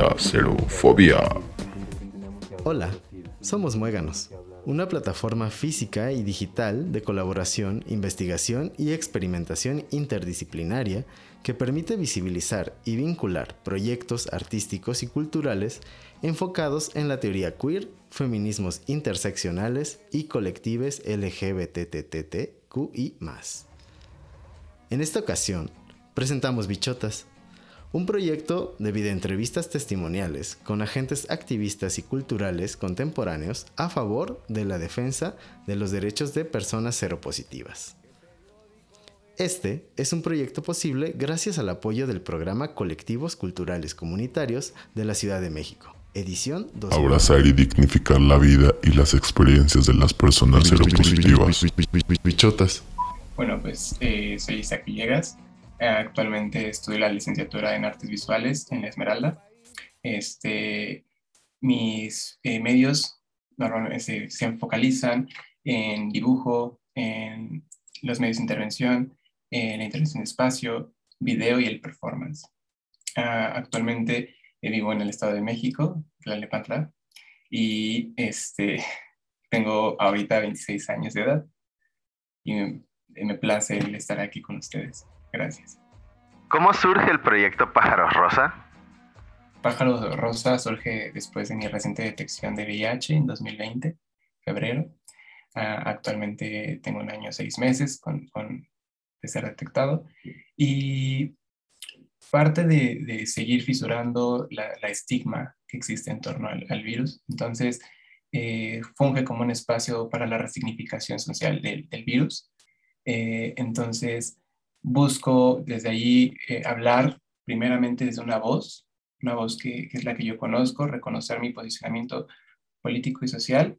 la xerofobia. Hola, somos Muéganos, una plataforma física y digital de colaboración, investigación y experimentación interdisciplinaria que permite visibilizar y vincular proyectos artísticos y culturales enfocados en la teoría queer, feminismos interseccionales y colectives LGBTTTQI+. En esta ocasión, presentamos Bichotas, un proyecto de videoentrevistas testimoniales con agentes activistas y culturales contemporáneos a favor de la defensa de los derechos de personas seropositivas. Este es un proyecto posible gracias al apoyo del programa Colectivos Culturales Comunitarios de la Ciudad de México, edición 2000. Abrazar y dignificar la vida y las experiencias de las personas seropositivas. Bichotas. Bueno, pues soy Isaac Villegas. Actualmente estudio la licenciatura en Artes Visuales en la Esmeralda. Mis medios normalmente se focalizan en dibujo, en los medios de intervención, en la intervención de espacio, video y el performance. Actualmente vivo en el Estado de México, Tlalnepantla, y tengo ahorita 26 años de edad y me place el estar aquí con ustedes. Gracias. ¿Cómo surge el proyecto Pájaros Rosa? Pájaros Rosa surge después de mi reciente detección de VIH en 2020, febrero. Actualmente tengo 1 año 6 meses de ser detectado y parte de seguir fisurando la estigma que existe en torno al virus. Entonces, funge como un espacio para la resignificación social del virus. Entonces, busco desde ahí hablar primeramente desde una voz que es la que yo conozco, reconocer mi posicionamiento político y social,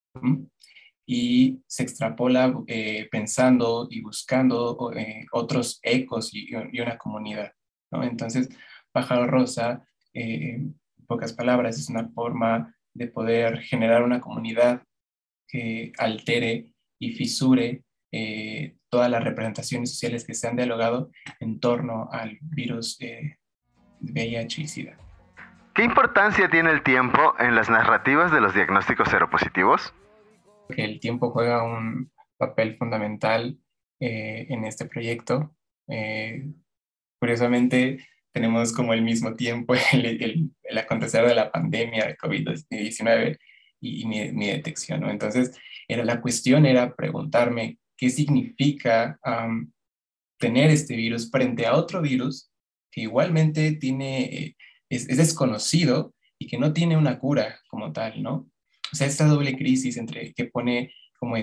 y se extrapola pensando y buscando otros ecos y una comunidad, ¿no? Entonces, Pájaro Rosa, en pocas palabras, es una forma de poder generar una comunidad que altere y fisure todas las representaciones sociales que se han dialogado en torno al virus VIH y SIDA. ¿Qué importancia tiene el tiempo en las narrativas de los diagnósticos seropositivos? El tiempo juega un papel fundamental en este proyecto. Curiosamente, tenemos como el mismo tiempo el acontecer de la pandemia de COVID-19 y mi detección, ¿no? Entonces, la cuestión era preguntarme qué significa tener este virus frente a otro virus que igualmente es desconocido y que no tiene una cura como tal, ¿no? O sea, esta doble crisis entre que pone como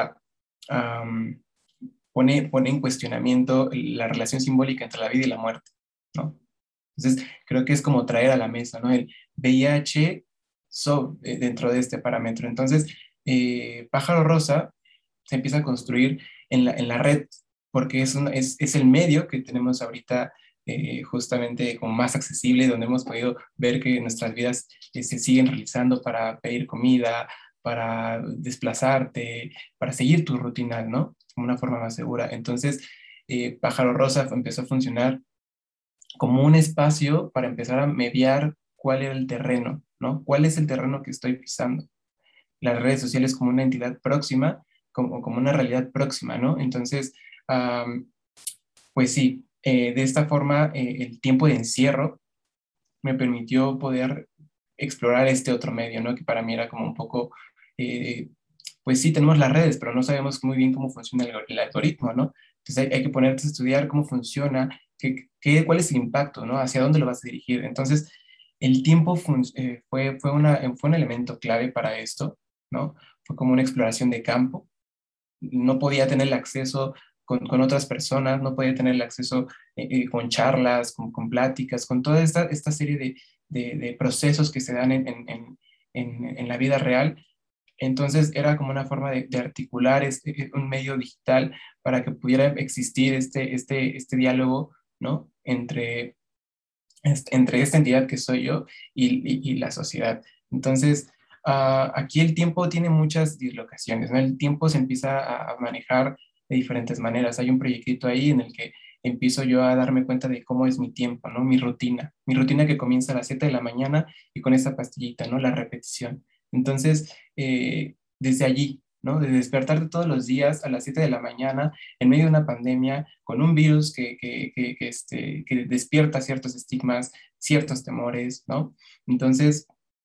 pone en cuestionamiento la relación simbólica entre la vida y la muerte, ¿no? Entonces, creo que es como traer a la mesa, ¿no? El VIH dentro de este parámetro. Entonces, Pájaro Rosa se empieza a construir en la red, porque es el medio que tenemos ahorita justamente como más accesible, donde hemos podido ver que nuestras vidas se siguen realizando para pedir comida, para desplazarte, para seguir tus rutinas, ¿no? Como una forma más segura. Entonces, Pájaro Rosa empezó a funcionar como un espacio para empezar a mediar cuál era el terreno, ¿no? ¿Cuál es el terreno que estoy pisando? Las redes sociales como una entidad próxima, como una realidad próxima, ¿no? Entonces, pues sí, de esta forma el tiempo de encierro me permitió poder explorar este otro medio, ¿no? Que para mí era como un poco, pues sí, tenemos las redes, pero no sabemos muy bien cómo funciona el algoritmo, ¿no? Entonces hay que ponerte a estudiar cómo funciona, cuál es el impacto, ¿no? Hacia dónde lo vas a dirigir. Entonces, el tiempo fue un elemento clave para esto, ¿no? Fue como una exploración de campo. No podía tener el acceso con otras personas, no podía tener el acceso con charlas, con pláticas, con toda esta serie de procesos que se dan en la vida real. Entonces era como una forma de articular un medio digital para que pudiera existir este diálogo, ¿no? Entre esta entidad que soy yo y la sociedad. Entonces, aquí el tiempo tiene muchas dislocaciones, ¿no? El tiempo se empieza a manejar de diferentes maneras. Hay un proyectito ahí en el que empiezo yo a darme cuenta de cómo es mi tiempo, ¿no? Mi rutina que comienza a las 7 de la mañana y con esa pastillita, ¿no? La repetición. Entonces, desde allí, ¿no? De despertarte todos los días a las 7 de la mañana en medio de una pandemia con un virus que despierta ciertos estigmas, ciertos temores, ¿no? Entonces,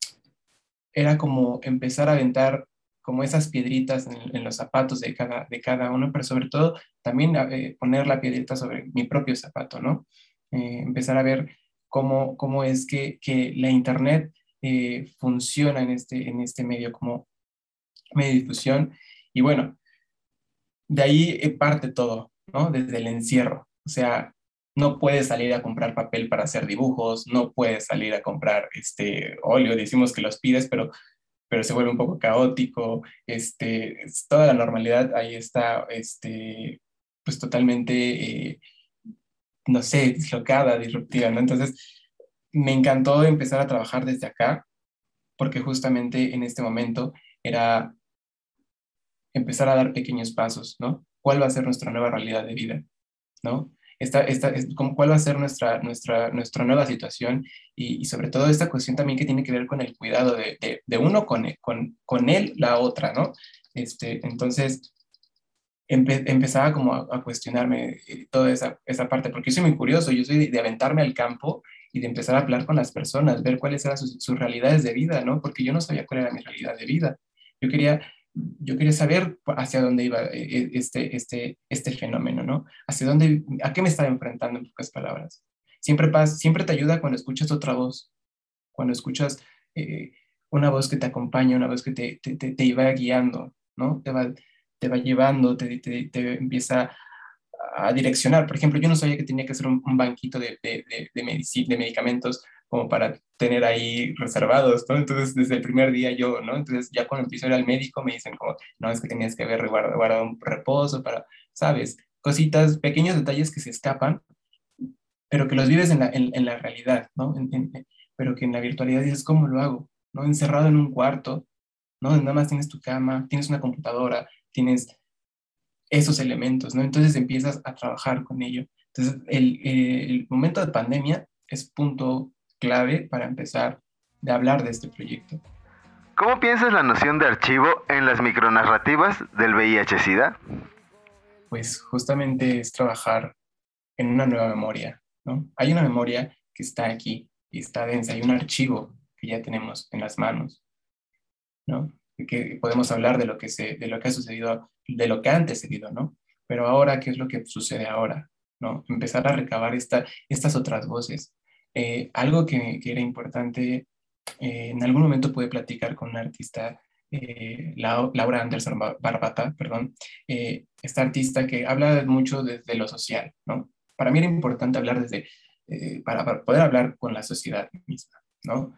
era como empezar a aventar como esas piedritas en los zapatos de cada uno, pero sobre todo también poner la piedrita sobre mi propio zapato, ¿no? Empezar a ver cómo es que la Internet funciona en este medio como medio de difusión. Y bueno, de ahí parte todo, ¿no? Desde el encierro. O sea, no puedes salir a comprar papel para hacer dibujos, no puedes salir a comprar óleo, decimos que los pides, pero se vuelve un poco caótico, toda la normalidad ahí está, pues totalmente, no sé, dislocada, disruptiva, ¿no? Entonces, me encantó empezar a trabajar desde acá, porque justamente en este momento era empezar a dar pequeños pasos, ¿no? ¿Cuál va a ser nuestra nueva realidad de vida, ¿no? ¿Cuál va a ser nuestra nueva situación? Y sobre todo esta cuestión también que tiene que ver con el cuidado de uno con él, la otra, ¿no? Entonces, empezaba como a cuestionarme toda esa parte, porque yo soy muy curioso, yo soy de aventarme al campo y de empezar a hablar con las personas, ver cuáles eran sus realidades de vida, ¿no? Porque yo no sabía cuál era mi realidad de vida. Yo quería, yo quería saber hacia dónde iba este fenómeno, ¿no? ¿A qué me estaba enfrentando en pocas palabras? Siempre te ayuda cuando escuchas otra voz, cuando escuchas eh, una voz que te acompaña, una voz que te va guiando, ¿no? Te va llevando, te empieza a direccionar. Por ejemplo, yo no sabía que tenía que hacer un banquito de medicamentos como para tener ahí reservados, ¿no? Entonces, desde el primer día yo, ¿no? Entonces, ya cuando empiezo a ir al médico me dicen como, no, es que tenías que haber guardado un reposo para, ¿sabes? Cositas, pequeños detalles que se escapan, pero que los vives en la realidad, ¿no? Pero que en la virtualidad dices, ¿cómo lo hago? ¿No? Encerrado en un cuarto, ¿no? Nada más tienes tu cama, tienes una computadora, tienes esos elementos, ¿no? Entonces empiezas a trabajar con ello. Entonces, el momento de pandemia es punto clave para empezar de hablar de este proyecto. ¿Cómo piensas la noción de archivo en las micronarrativas del VIH-Sida? Pues justamente es trabajar en una nueva memoria, ¿no? Hay una memoria que está aquí y está densa, hay un archivo que ya tenemos en las manos, ¿no? Que podemos hablar de lo que ha sucedido, de lo que ha antecedido, ¿no? Pero ahora, ¿qué es lo que sucede ahora? ¿No? Empezar a recabar estas otras voces. Algo que era importante, en algún momento pude platicar con una artista, Laura Anderson Barbata, perdón, esta artista que habla mucho desde lo social, ¿no? Para mí era importante hablar para poder hablar con la sociedad misma, ¿no?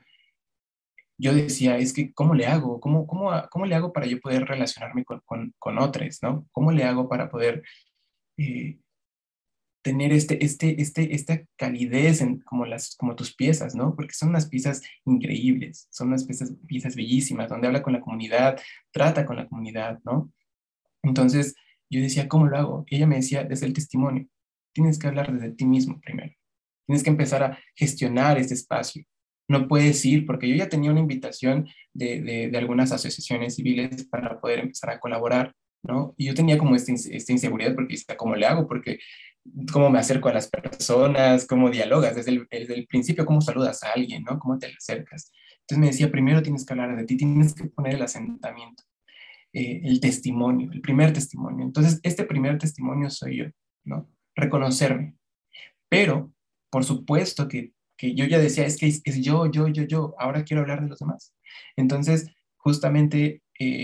Yo decía, es que, ¿cómo le hago? ¿Cómo le hago para yo poder relacionarme con otros, ¿no? ¿Cómo le hago para poder eh, tener esta calidez como tus piezas, ¿no? Porque son unas piezas increíbles, son unas piezas bellísimas, donde habla con la comunidad, trata con la comunidad, ¿no? Entonces, yo decía, ¿cómo lo hago? Y ella me decía, desde el testimonio, tienes que hablar desde ti mismo primero. Tienes que empezar a gestionar este espacio. No puedes ir, porque yo ya tenía una invitación de algunas asociaciones civiles para poder empezar a colaborar, ¿no? Y yo tenía como esta inseguridad porque decía, ¿cómo le hago? Porque cómo me acerco a las personas, cómo dialogas desde el principio, cómo saludas a alguien, ¿no? Cómo te le acercas. Entonces me decía, primero tienes que hablar de ti, tienes que poner el asentamiento, el testimonio, el primer testimonio. Entonces, este primer testimonio soy yo, ¿no? Reconocerme. Pero, por supuesto que yo ya decía, es que es yo, ahora quiero hablar de los demás. Entonces, justamente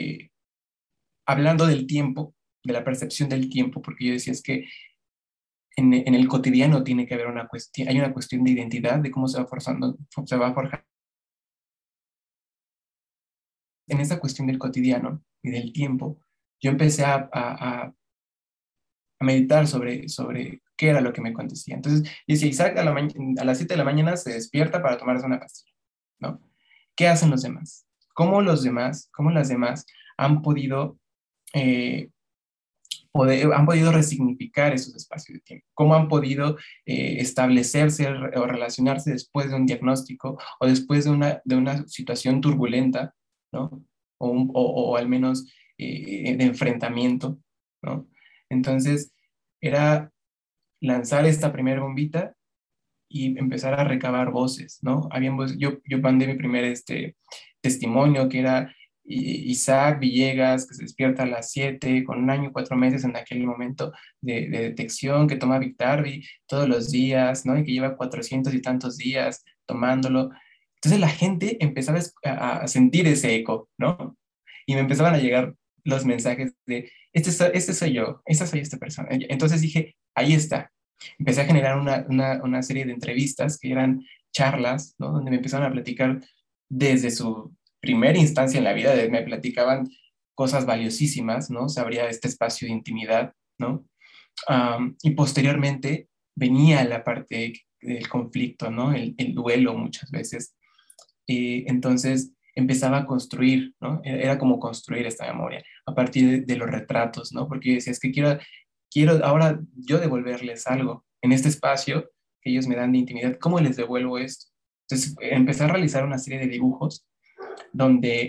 hablando del tiempo, de la percepción del tiempo, porque yo decía, es que en el cotidiano tiene que haber hay una cuestión de identidad, de cómo se va forjando. En esa cuestión del cotidiano y del tiempo, yo empecé a meditar sobre qué era lo que me acontecía. Entonces, yo decía, Isaac a las 7 de la mañana se despierta para tomarse una pastilla, ¿no? ¿Qué hacen los demás? ¿Cómo las demás han podido han podido resignificar esos espacios de tiempo, cómo han podido establecerse o relacionarse después de un diagnóstico o después de una situación turbulenta, ¿no? O al menos de enfrentamiento, ¿no? Entonces, era lanzar esta primera bombita y empezar a recabar voces, ¿no? Yo mandé mi primer testimonio, que era Isaac Villegas, que se despierta a las 7, con 1 año y 4 meses en aquel momento de detección, que toma Biktarvy todos los días, ¿no? Y que lleva 400 y tantos días tomándolo. Entonces la gente empezaba a sentir ese eco, ¿no? Y me empezaban a llegar los mensajes de, este soy yo, esta soy esta persona. Entonces dije, ahí está. Empecé a generar una serie de entrevistas que eran charlas, ¿no? Donde me empezaron a platicar desde su primera instancia en la vida, me platicaban cosas valiosísimas, ¿no? Se abría este espacio de intimidad, ¿no? Y posteriormente venía la parte del conflicto, ¿no? El duelo muchas veces. Entonces empezaba a construir, ¿no? Era como construir esta memoria a partir de los retratos, ¿no? Porque yo decía, es que quiero ahora yo devolverles algo en este espacio que ellos me dan de intimidad. ¿Cómo les devuelvo esto? Entonces empecé a realizar una serie de dibujos donde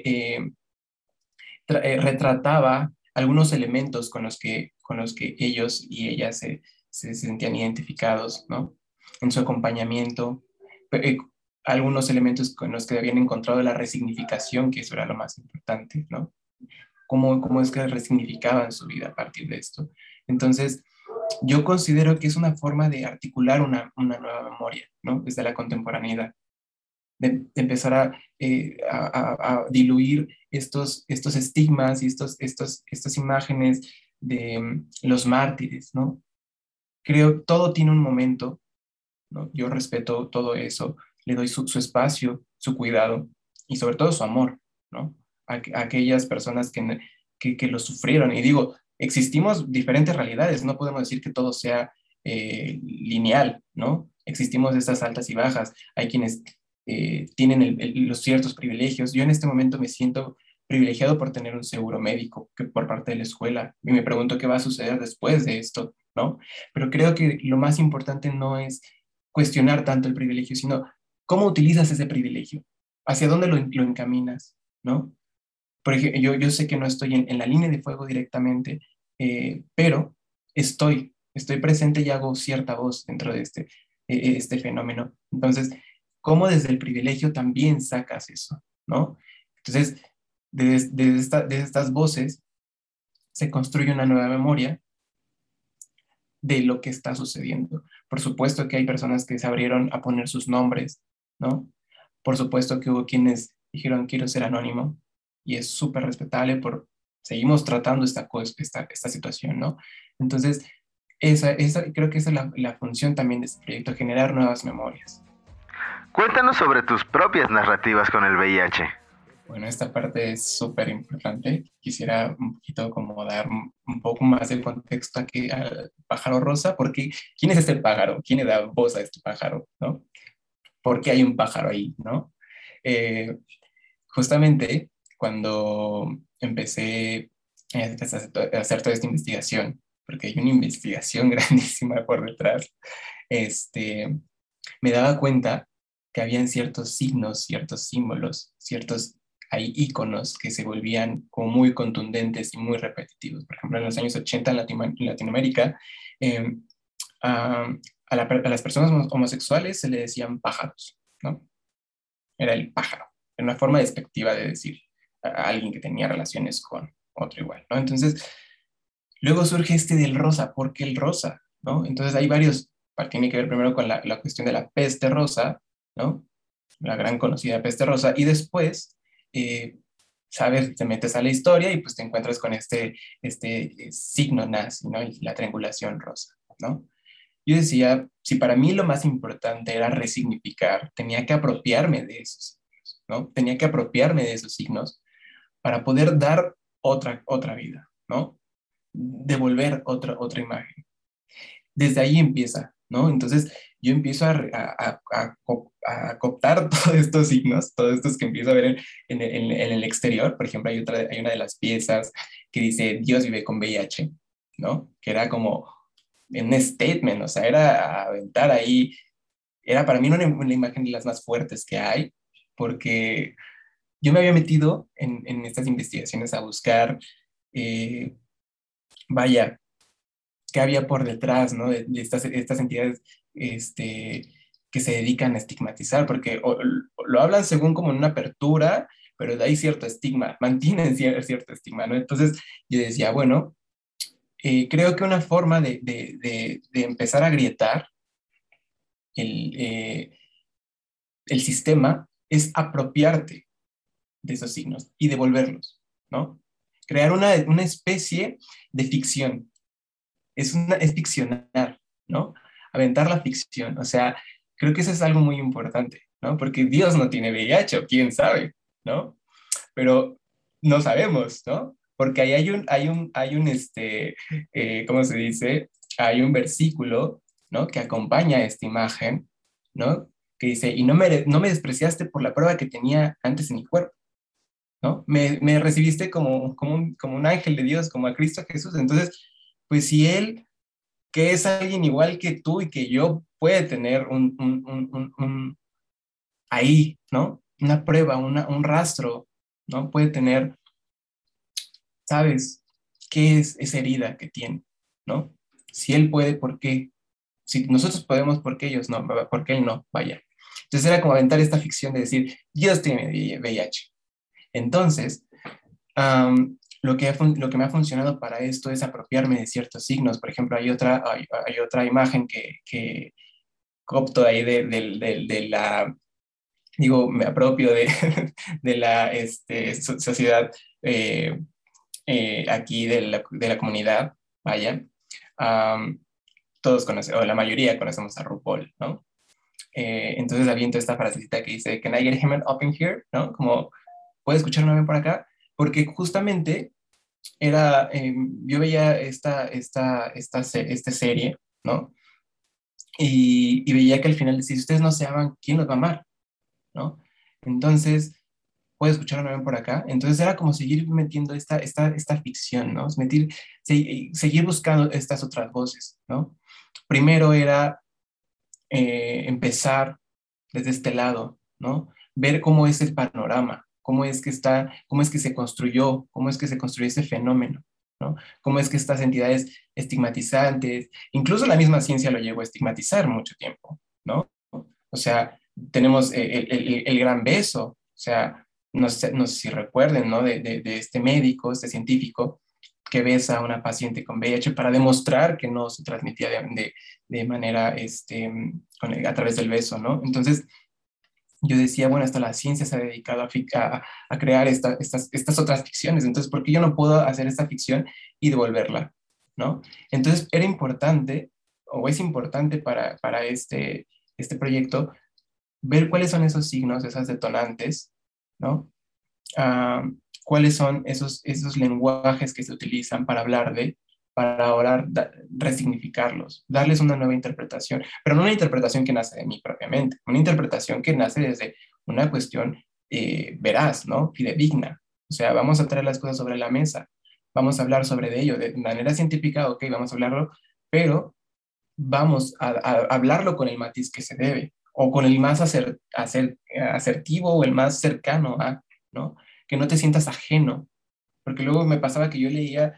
retrataba algunos elementos con los que ellos y ellas se sentían identificados, ¿no? En su acompañamiento, algunos elementos con los que habían encontrado la resignificación, que eso era lo más importante, ¿no? Cómo es que resignificaban su vida a partir de esto. Entonces, yo considero que es una forma de articular una nueva memoria, ¿no? Desde la contemporaneidad, de empezar a diluir estos estigmas y estas imágenes de los mártires, ¿no? Creo todo tiene un momento, ¿no? Yo respeto todo eso, le doy su espacio, su cuidado y sobre todo su amor, ¿no? A aquellas personas que lo sufrieron. Y digo, existimos diferentes realidades, no podemos decir que todo sea lineal, ¿no? Existimos estas altas y bajas, hay quienes tienen los ciertos privilegios. Yo en este momento me siento privilegiado por tener un seguro médico que por parte de la escuela y me pregunto qué va a suceder después de esto, ¿no? Pero creo que lo más importante no es cuestionar tanto el privilegio, sino cómo utilizas ese privilegio, hacia dónde lo encaminas, ¿no? Por ejemplo, yo sé que no estoy en la línea de fuego directamente, pero estoy presente y hago cierta voz dentro de este fenómeno. Entonces, ¿cómo desde el privilegio también sacas eso, ¿no? Entonces, de estas voces se construye una nueva memoria de lo que está sucediendo. Por supuesto que hay personas que se abrieron a poner sus nombres, ¿no? Por supuesto que hubo quienes dijeron quiero ser anónimo y es súper respetable seguimos tratando esta situación, ¿no? Entonces, creo que esa es la función también de este proyecto, generar nuevas memorias. Cuéntanos sobre tus propias narrativas con el VIH. Bueno, esta parte es súper importante. Quisiera un poquito como dar un poco más de contexto aquí al pájaro rosa, porque ¿quién es este pájaro? ¿Quién le da voz a este pájaro? ¿No? ¿Por qué hay un pájaro ahí? ¿No? Justamente cuando empecé a hacer toda esta investigación, porque hay una investigación grandísima por detrás, me daba cuenta que habían ciertos signos, ciertos símbolos, hay íconos que se volvían como muy contundentes y muy repetitivos. Por ejemplo, en los años 80 en Latinoamérica, a las personas homosexuales se le decían pájaros, ¿no? Era el pájaro, era una forma despectiva de decir a alguien que tenía relaciones con otro igual, ¿no? Entonces, luego surge del rosa. ¿Por qué el rosa? ¿No? Entonces hay varios, tiene que ver primero con la cuestión de la peste rosa, ¿no? La gran conocida peste rosa, y después, sabes, te metes a la historia y pues te encuentras con este signo nazi, ¿no? Y la triangulación rosa, ¿no? Yo decía, si para mí lo más importante era resignificar, tenía que apropiarme de esos signos, ¿no? Tenía que apropiarme de esos signos para poder dar otra vida, ¿no? Devolver otra imagen. Desde ahí empieza, ¿no? Entonces yo empiezo a cooptar todos estos signos, todos estos que empiezo a ver en el exterior. Por ejemplo, hay una de las piezas que dice Dios vive con VIH, ¿no? Que era como un statement, o sea, era aventar ahí, era para mí una imagen de las más fuertes que hay, porque yo me había metido en estas investigaciones a buscar, eh, vaya, qué había por detrás, ¿no? De estas entidades que se dedican a estigmatizar, porque lo hablan según como en una apertura, pero hay cierto estigma, mantienen cierto estigma, ¿no? Entonces yo decía, bueno, creo que una forma de empezar a agrietar el, eh, el sistema es apropiarte de esos signos y devolverlos, ¿no? Crear una especie de ficción. Es ficcionar, ¿no? Aventar la ficción. O sea, creo que eso es algo muy importante, ¿no? Porque Dios no tiene VIH, o quién sabe, ¿no? Pero no sabemos, ¿no? Porque ahí ¿cómo se dice? Hay un versículo, ¿no? Que acompaña esta imagen, ¿no? Que dice, y no me despreciaste por la prueba que tenía antes en mi cuerpo, ¿no? Me recibiste como un ángel de Dios, como a Cristo Jesús. Entonces, pues si Él, que es alguien igual que tú y que yo, puede tener ahí, ¿no? Una prueba, un rastro, ¿no? Puede tener, ¿sabes? ¿Qué es esa herida que tiene, ¿no? Si Él puede, ¿por qué? Si nosotros podemos, ¿por qué ellos no? ¿Por qué Él no? Vaya. Entonces era como aventar esta ficción de decir, Dios tiene VIH. Entonces, lo que me ha funcionado para esto es apropiarme de ciertos signos. Por ejemplo, hay otra imagen que copto ahí de la, digo, me apropio de, de la sociedad aquí de la comunidad, vaya. Um, Todos conocemos, o la mayoría conocemos a RuPaul, ¿no? Entonces aviento esta frasecita que dice, "Can I get him up in here?", ¿no? Como, ¿puede escucharme bien por acá? Porque justamente yo veía esta serie, ¿no? Y veía que al final, si ustedes no se aman, ¿quién los va a amar? ¿No? Entonces, ¿puede escucharme bien por acá? Entonces era como seguir metiendo esta ficción, ¿no? Seguir buscando estas otras voces, ¿no? Primero era empezar desde este lado, ¿no? Ver cómo es el panorama, cómo es que se construyó, cómo es que se construyó ese fenómeno, ¿no? Cómo es que estas entidades estigmatizantes, incluso la misma ciencia lo llegó a estigmatizar mucho tiempo, ¿no? O sea, tenemos el gran beso, o sea, no sé si recuerden, ¿no? De este médico, este científico, que besa a una paciente con VIH para demostrar que no se transmitía de manera, a través del beso, ¿no? Entonces, yo decía, bueno, hasta la ciencia se ha dedicado a crear estas otras ficciones, entonces, ¿por qué yo no puedo hacer esta ficción y devolverla, ¿no? Entonces, era importante, o es importante para este proyecto, ver cuáles son esos signos, esas detonantes, ¿no? Ah, cuáles son esos lenguajes que se utilizan para hablar para ahora resignificarlos, darles una nueva interpretación, pero no una interpretación que nace de mí propiamente, una interpretación que nace desde una cuestión veraz, ¿no? Fidedigna. O sea, vamos a traer las cosas sobre la mesa, vamos a hablar sobre ello de manera científica, ok, vamos a hablarlo, pero vamos a hablarlo con el matiz que se debe, o con el más asertivo o el más cercano a, ¿no? Que no te sientas ajeno, porque luego me pasaba que yo leía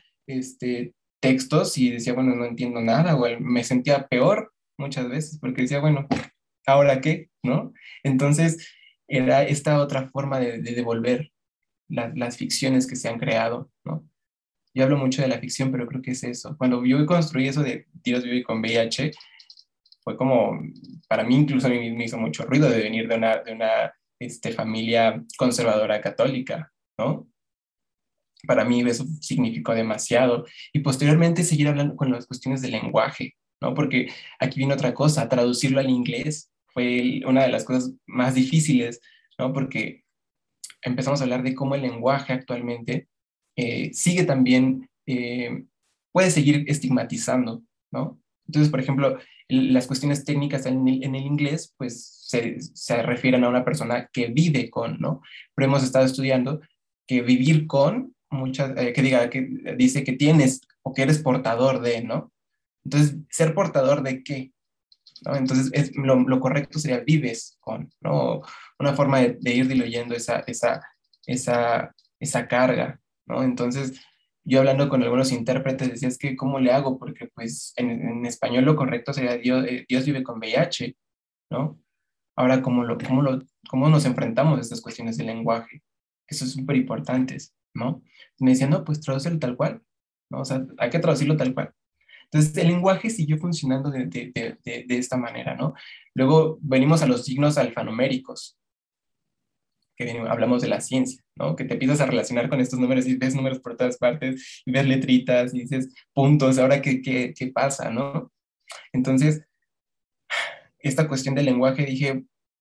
textos y decía, bueno, no entiendo nada, o me sentía peor muchas veces, porque decía, bueno, ¿ahora qué? ¿No? Entonces, era esta otra forma de devolver las ficciones que se han creado, ¿no? Yo hablo mucho de la ficción, pero creo que es eso. Cuando yo construí eso de Dios vive con VIH, fue como, para mí incluso a mí me hizo mucho ruido de venir de una familia conservadora católica, ¿no? Para mí eso significó demasiado. Y posteriormente seguir hablando con las cuestiones del lenguaje, ¿no? Porque aquí viene otra cosa, traducirlo al inglés fue una de las cosas más difíciles, ¿no? Porque empezamos a hablar de cómo el lenguaje actualmente sigue también, puede seguir estigmatizando, ¿no? Entonces, por ejemplo, las cuestiones técnicas en el inglés, pues se refieren a una persona que vive con, ¿no? Pero hemos estado estudiando que vivir con, que dice que tienes o que eres portador de, ¿no? Entonces, ¿ser portador de qué? ¿No? Entonces, lo correcto sería vives con, ¿no? Una forma de ir diluyendo esa carga, ¿no? Entonces, yo hablando con algunos intérpretes decía, es que, ¿cómo le hago? Porque, pues, en español lo correcto sería Dios vive con VIH, ¿no? Ahora, ¿cómo nos enfrentamos a estas cuestiones del lenguaje? Eso es súper importantes, ¿no? Me decían, no, pues tradúcelo tal cual, ¿no? O sea, hay que traducirlo tal cual. Entonces, el lenguaje siguió funcionando de esta manera, ¿no? Luego venimos a los signos alfanuméricos, hablamos de la ciencia, ¿no? Que te empiezas a relacionar con estos números y ves números por todas partes, y ves letritas y dices puntos, ahora qué pasa, ¿no? Entonces, esta cuestión del lenguaje, dije,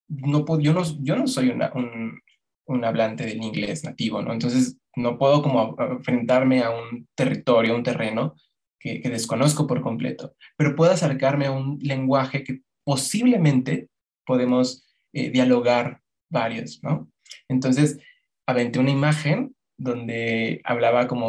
yo no soy un hablante del inglés nativo, ¿no? Entonces, no puedo como enfrentarme a un territorio, un terreno que desconozco por completo, pero puedo acercarme a un lenguaje que posiblemente podemos dialogar varios, ¿no? Entonces, aventé una imagen donde hablaba como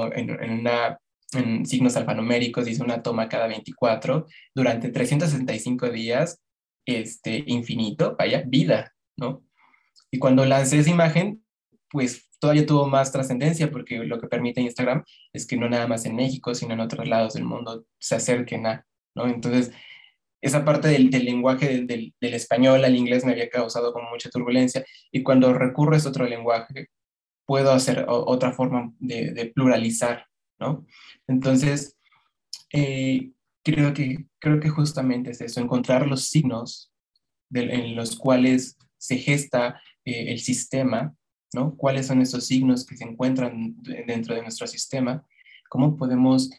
en signos alfanuméricos, hice una toma cada 24 durante 365 días, infinito, vaya, vida, ¿no? Y cuando lancé esa imagen, pues todavía tuvo más trascendencia porque lo que permite Instagram es que no nada más en México, sino en otros lados del mundo se acerquen a, ¿no? Entonces, esa parte del lenguaje del español al inglés me había causado como mucha turbulencia y cuando recurro a ese otro lenguaje, puedo hacer otra forma de pluralizar, ¿no? Entonces, eh, creo que justamente es eso, encontrar los signos en los cuales se gesta el sistema, ¿no? ¿Cuáles son esos signos que se encuentran dentro de nuestro sistema? ¿Cómo podemos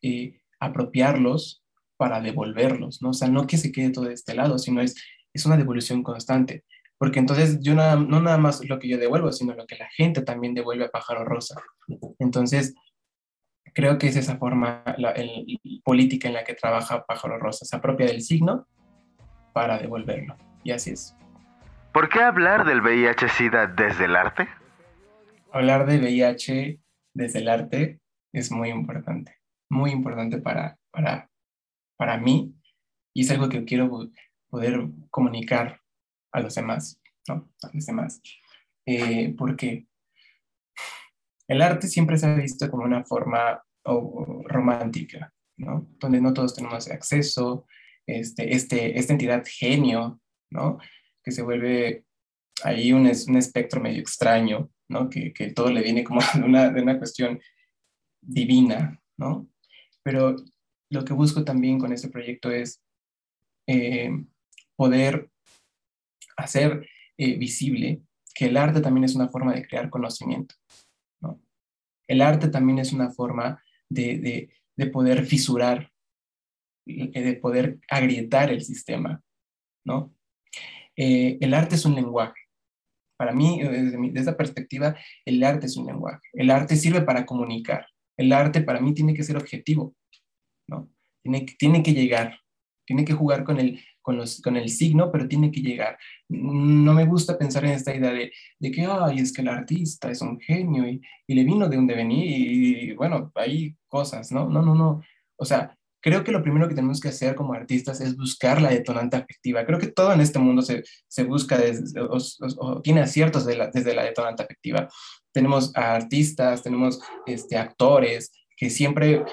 apropiarlos para devolverlos, ¿no? O sea, no que se quede todo de este lado, sino es una devolución constante. Porque entonces no nada más lo que yo devuelvo, sino lo que la gente también devuelve a Pájaro Rosa. Entonces, creo que es esa forma política en la que trabaja Pájaro Rosa. Se apropia del signo para devolverlo. Y así es. ¿Por qué hablar del VIH-Sida desde el arte? Hablar de VIH desde el arte es muy importante para mí y es algo que quiero poder comunicar a los demás, ¿no? A los demás. Porque el arte siempre se ha visto como una forma romántica, ¿no? Donde no todos tenemos acceso, esta entidad genio, ¿no? Que se vuelve ahí un espectro medio extraño, ¿no? Que todo le viene como de una cuestión divina, ¿no? Pero lo que busco también con este proyecto es eh, poder hacer visible que el arte también es una forma de crear conocimiento, ¿no? El arte también es una forma de poder fisurar, de poder agrietar el sistema, ¿no? El arte es un lenguaje. Para mí, desde esa perspectiva, el arte es un lenguaje. El arte sirve para comunicar. El arte para mí tiene que ser objetivo, ¿no? Tiene que llegar, tiene que jugar con el signo, pero tiene que llegar. No me gusta pensar en esta idea de que, ay, es que el artista es un genio y le vino de donde venía y bueno, hay cosas, ¿no? No, no, no. O sea, creo que lo primero que tenemos que hacer como artistas es buscar la detonante afectiva. Creo que todo en este mundo se busca o tiene aciertos desde la detonante afectiva. Tenemos a artistas, tenemos actores que siempre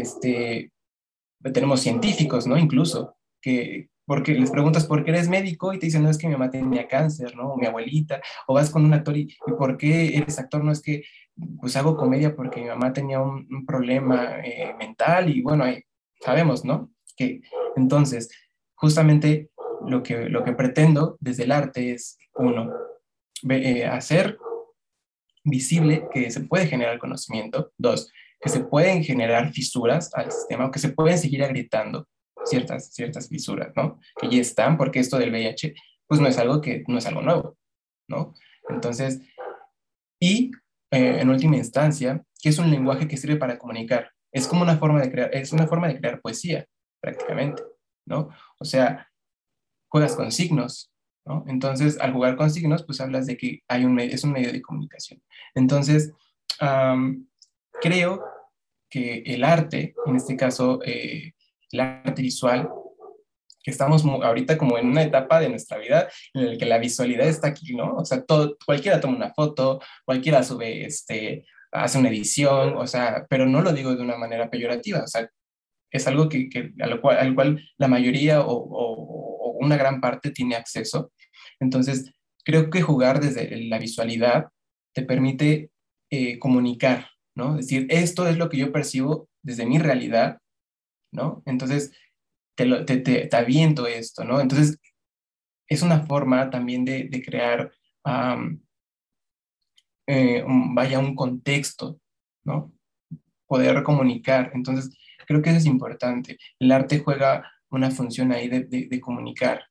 tenemos científicos, ¿no? Incluso, porque les preguntas por qué eres médico y te dicen, no, es que mi mamá tenía cáncer, ¿no? O mi abuelita, o vas con un actor y ¿por qué eres actor? No es que, pues hago comedia porque mi mamá tenía un problema mental y bueno, sabemos, ¿no? Que entonces, justamente lo que pretendo desde el arte es, uno, hacer visible que se puede generar conocimiento, dos, que se pueden generar fisuras al sistema o que se pueden seguir agrietando ciertas fisuras, ¿no? Que ya están, porque esto del VIH, pues no es algo nuevo, ¿no? Entonces, y en última instancia, que es un lenguaje que sirve para comunicar. Es como una forma de crear, es una forma de crear poesía, prácticamente, ¿no? O sea, juegas con signos, ¿no? Entonces, al jugar con signos, pues hablas de que es un medio de comunicación. Entonces, creo que el arte, en este caso el arte visual, que estamos ahorita como en una etapa de nuestra vida en la que la visualidad está aquí, ¿no? O sea, todo, cualquiera toma una foto, cualquiera sube, hace una edición, o sea, pero no lo digo de una manera peyorativa, o sea, es algo al cual la mayoría o una gran parte tiene acceso. Entonces, creo que jugar desde la visualidad te permite comunicar, ¿no? Es decir, esto es lo que yo percibo desde mi realidad, ¿no? Entonces, te aviento esto, ¿no? Entonces, es una forma también de crear, um, vaya, un contexto, ¿no? Poder comunicar. Entonces, creo que eso es importante. El arte juega una función ahí de comunicar.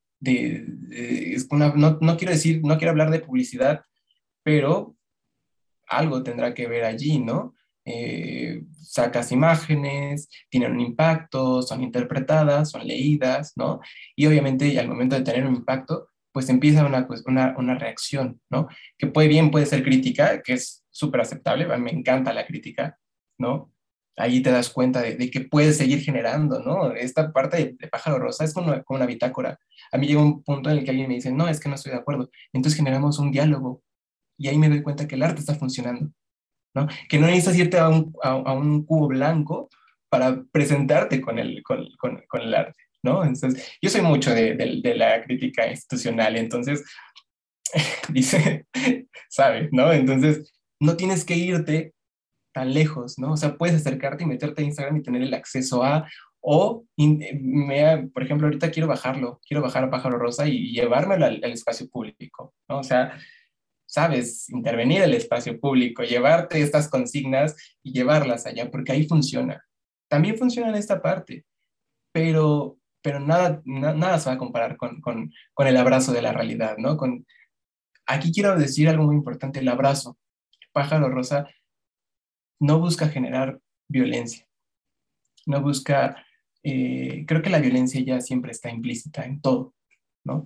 No quiero decir, no quiero hablar de publicidad, pero algo tendrá que ver allí, ¿no? Sacas imágenes, tienen un impacto, son interpretadas, son leídas, ¿no? Y obviamente al momento de tener un impacto, pues empieza una reacción, ¿no? Que puede ser crítica, que es súper aceptable, a mí me encanta la crítica, ¿no? Ahí te das cuenta de que puedes seguir generando, ¿no? Esta parte de Pájaro Rosa es como una bitácora. A mí llega un punto en el que alguien me dice, no, es que no estoy de acuerdo. Entonces generamos un diálogo y ahí me doy cuenta que el arte está funcionando, ¿no? Que no necesitas irte a un cubo blanco para presentarte con el arte, ¿no? Entonces, yo soy mucho de la crítica institucional, entonces, dice, ¿sabes? ¿No? Entonces, no tienes que irte tan lejos, ¿no? O sea, puedes acercarte y meterte a Instagram y tener el acceso a, por ejemplo, ahorita quiero bajar a Pájaro Rosa y llevármelo al espacio público, ¿no? O sea, sabes, intervenir el espacio público, llevarte estas consignas y llevarlas allá, porque ahí funciona. También funciona en esta parte, pero nada se va a comparar con el abrazo de la realidad, ¿no? Aquí quiero decir algo muy importante, el abrazo. Pájaro Rosa no busca generar violencia, no busca, creo que la violencia ya siempre está implícita en todo, ¿no?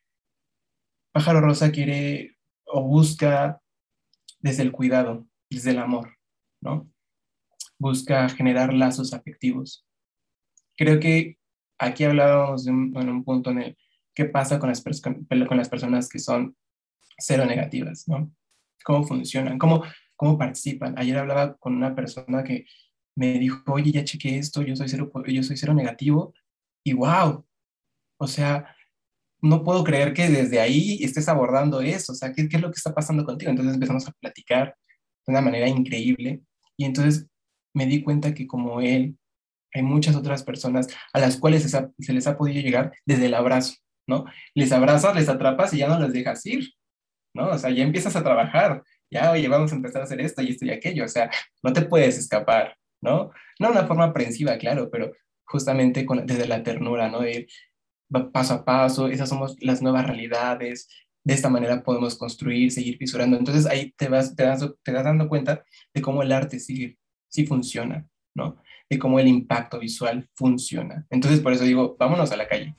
Pájaro Rosa quiere o busca desde el cuidado, desde el amor, ¿no? Busca generar lazos afectivos. Creo que aquí hablábamos en un punto en el qué pasa con las personas que son cero negativas, ¿no? ¿Cómo funcionan? ¿Cómo participan? Ayer hablaba con una persona que me dijo, oye, ya chequé esto, yo soy cero negativo, y wow, o sea, no puedo creer que desde ahí estés abordando eso, o sea, ¿qué es lo que está pasando contigo? Entonces empezamos a platicar de una manera increíble y entonces me di cuenta que como él, hay muchas otras personas a las cuales se les ha podido llegar desde el abrazo, ¿no? Les abrazas, les atrapas y ya no les dejas ir, ¿no? O sea, ya empiezas a trabajar, ya, oye, vamos a empezar a hacer esto y aquello, o sea, no te puedes escapar, ¿no? No de una forma aprensiva, claro, pero justamente desde la ternura, ¿no? De ir paso a paso, esas somos las nuevas realidades, de esta manera podemos construir, seguir fisurando. Entonces ahí te das dando cuenta de cómo el arte sí funciona, ¿no? De cómo el impacto visual funciona. Entonces por eso digo, vámonos a la calle.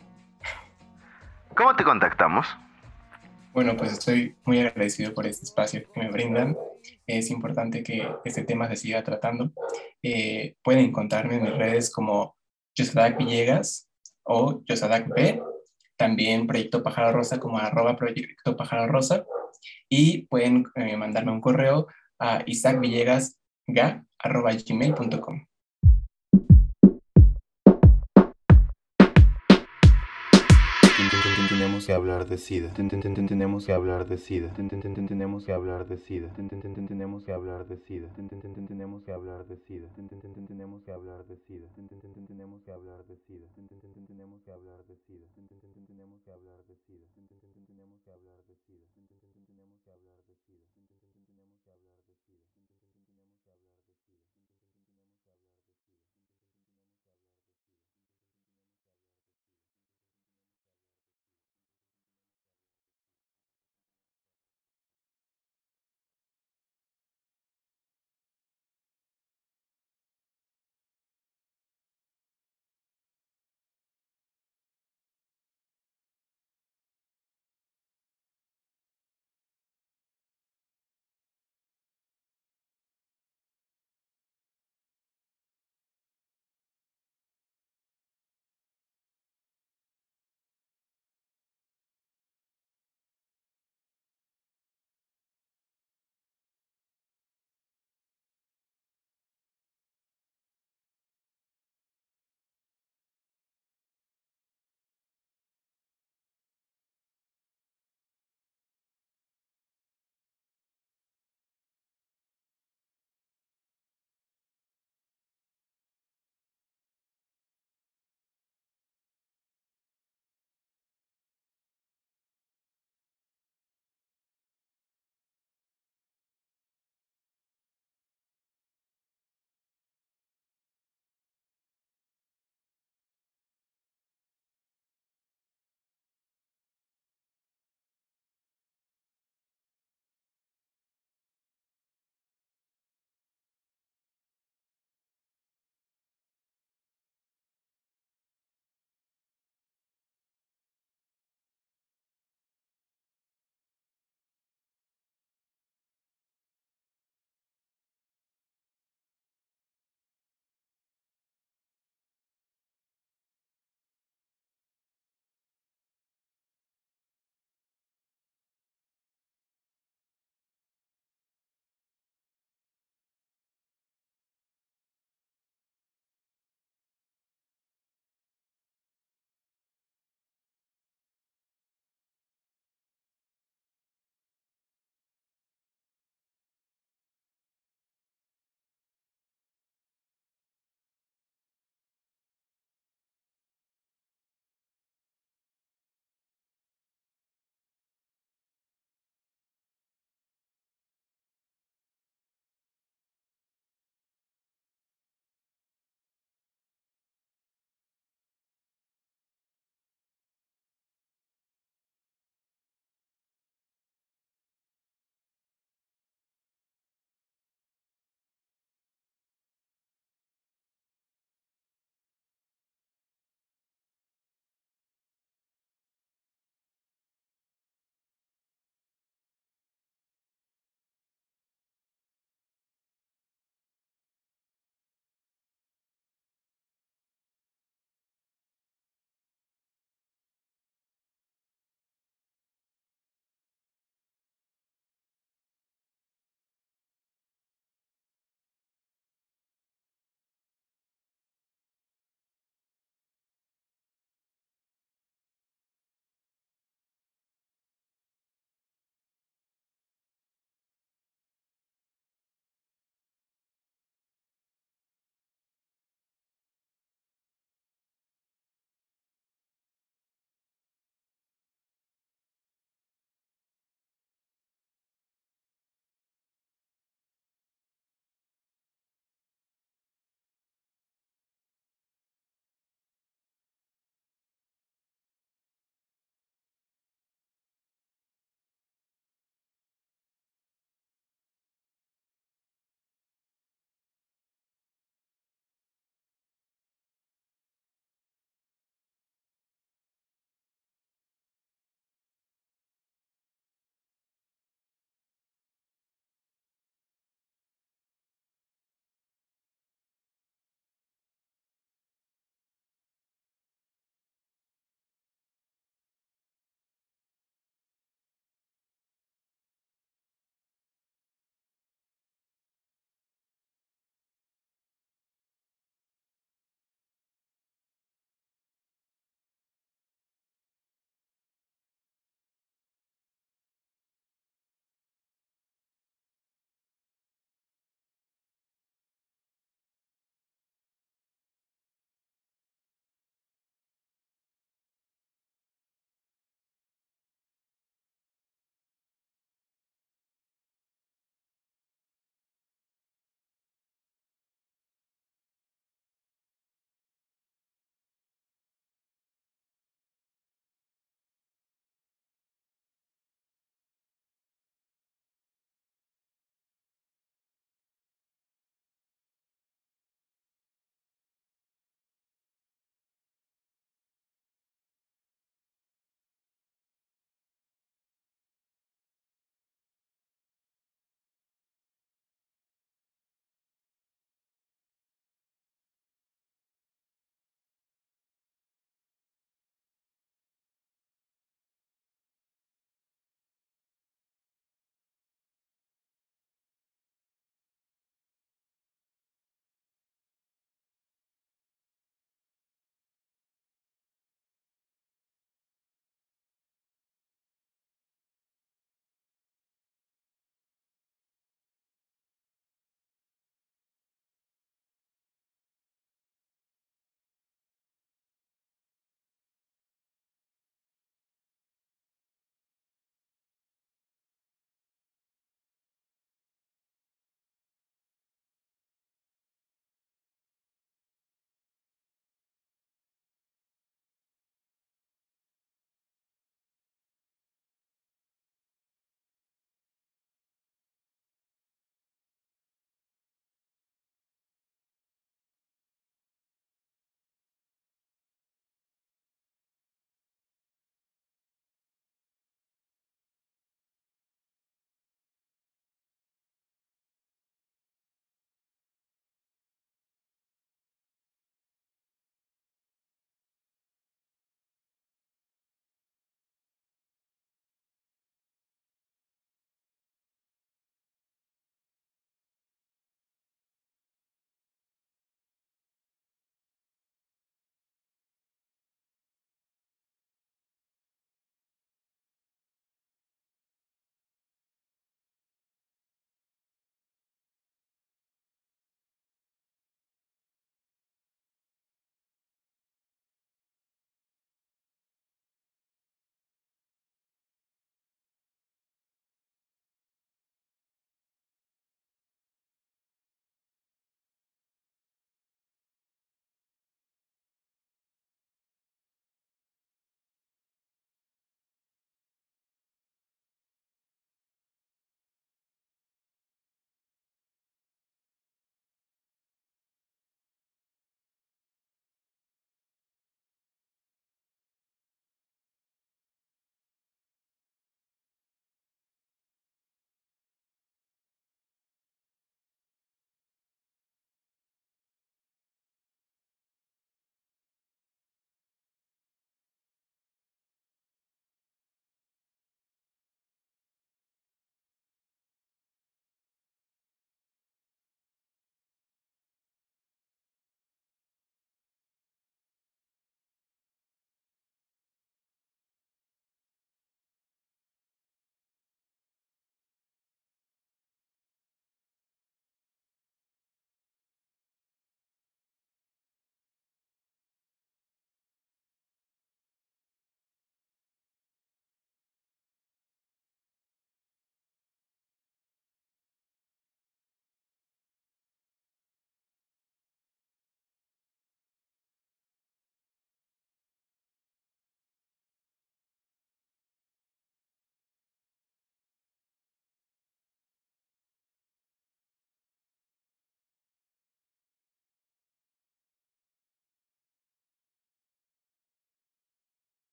¿Cómo te contactamos? Bueno, pues estoy muy agradecido por este espacio que me brindan. Es importante que este tema se siga tratando. Pueden encontrarme en mis redes como Yosadak Villegas o Yosadak B. También Proyecto Pájaro Rosa como @Proyecto Pájaro Rosa. Y pueden mandarme un correo a isaacvillegasga@gmail.com. Tenemos que hablar de SIDA. Tenemos que hablar de SIDA. Tenemos que hablar de SIDA. Tenemos que hablar de SIDA. Tenemos que hablar de SIDA. Tenemos que hablar de SIDA. Tenemos que hablar de SIDA. Tenemos que hablar de SIDA. Tenemos que hablar de SIDA. Tenemos que hablar de SIDA. Tenemos que hablar de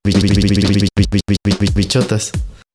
Bichotas.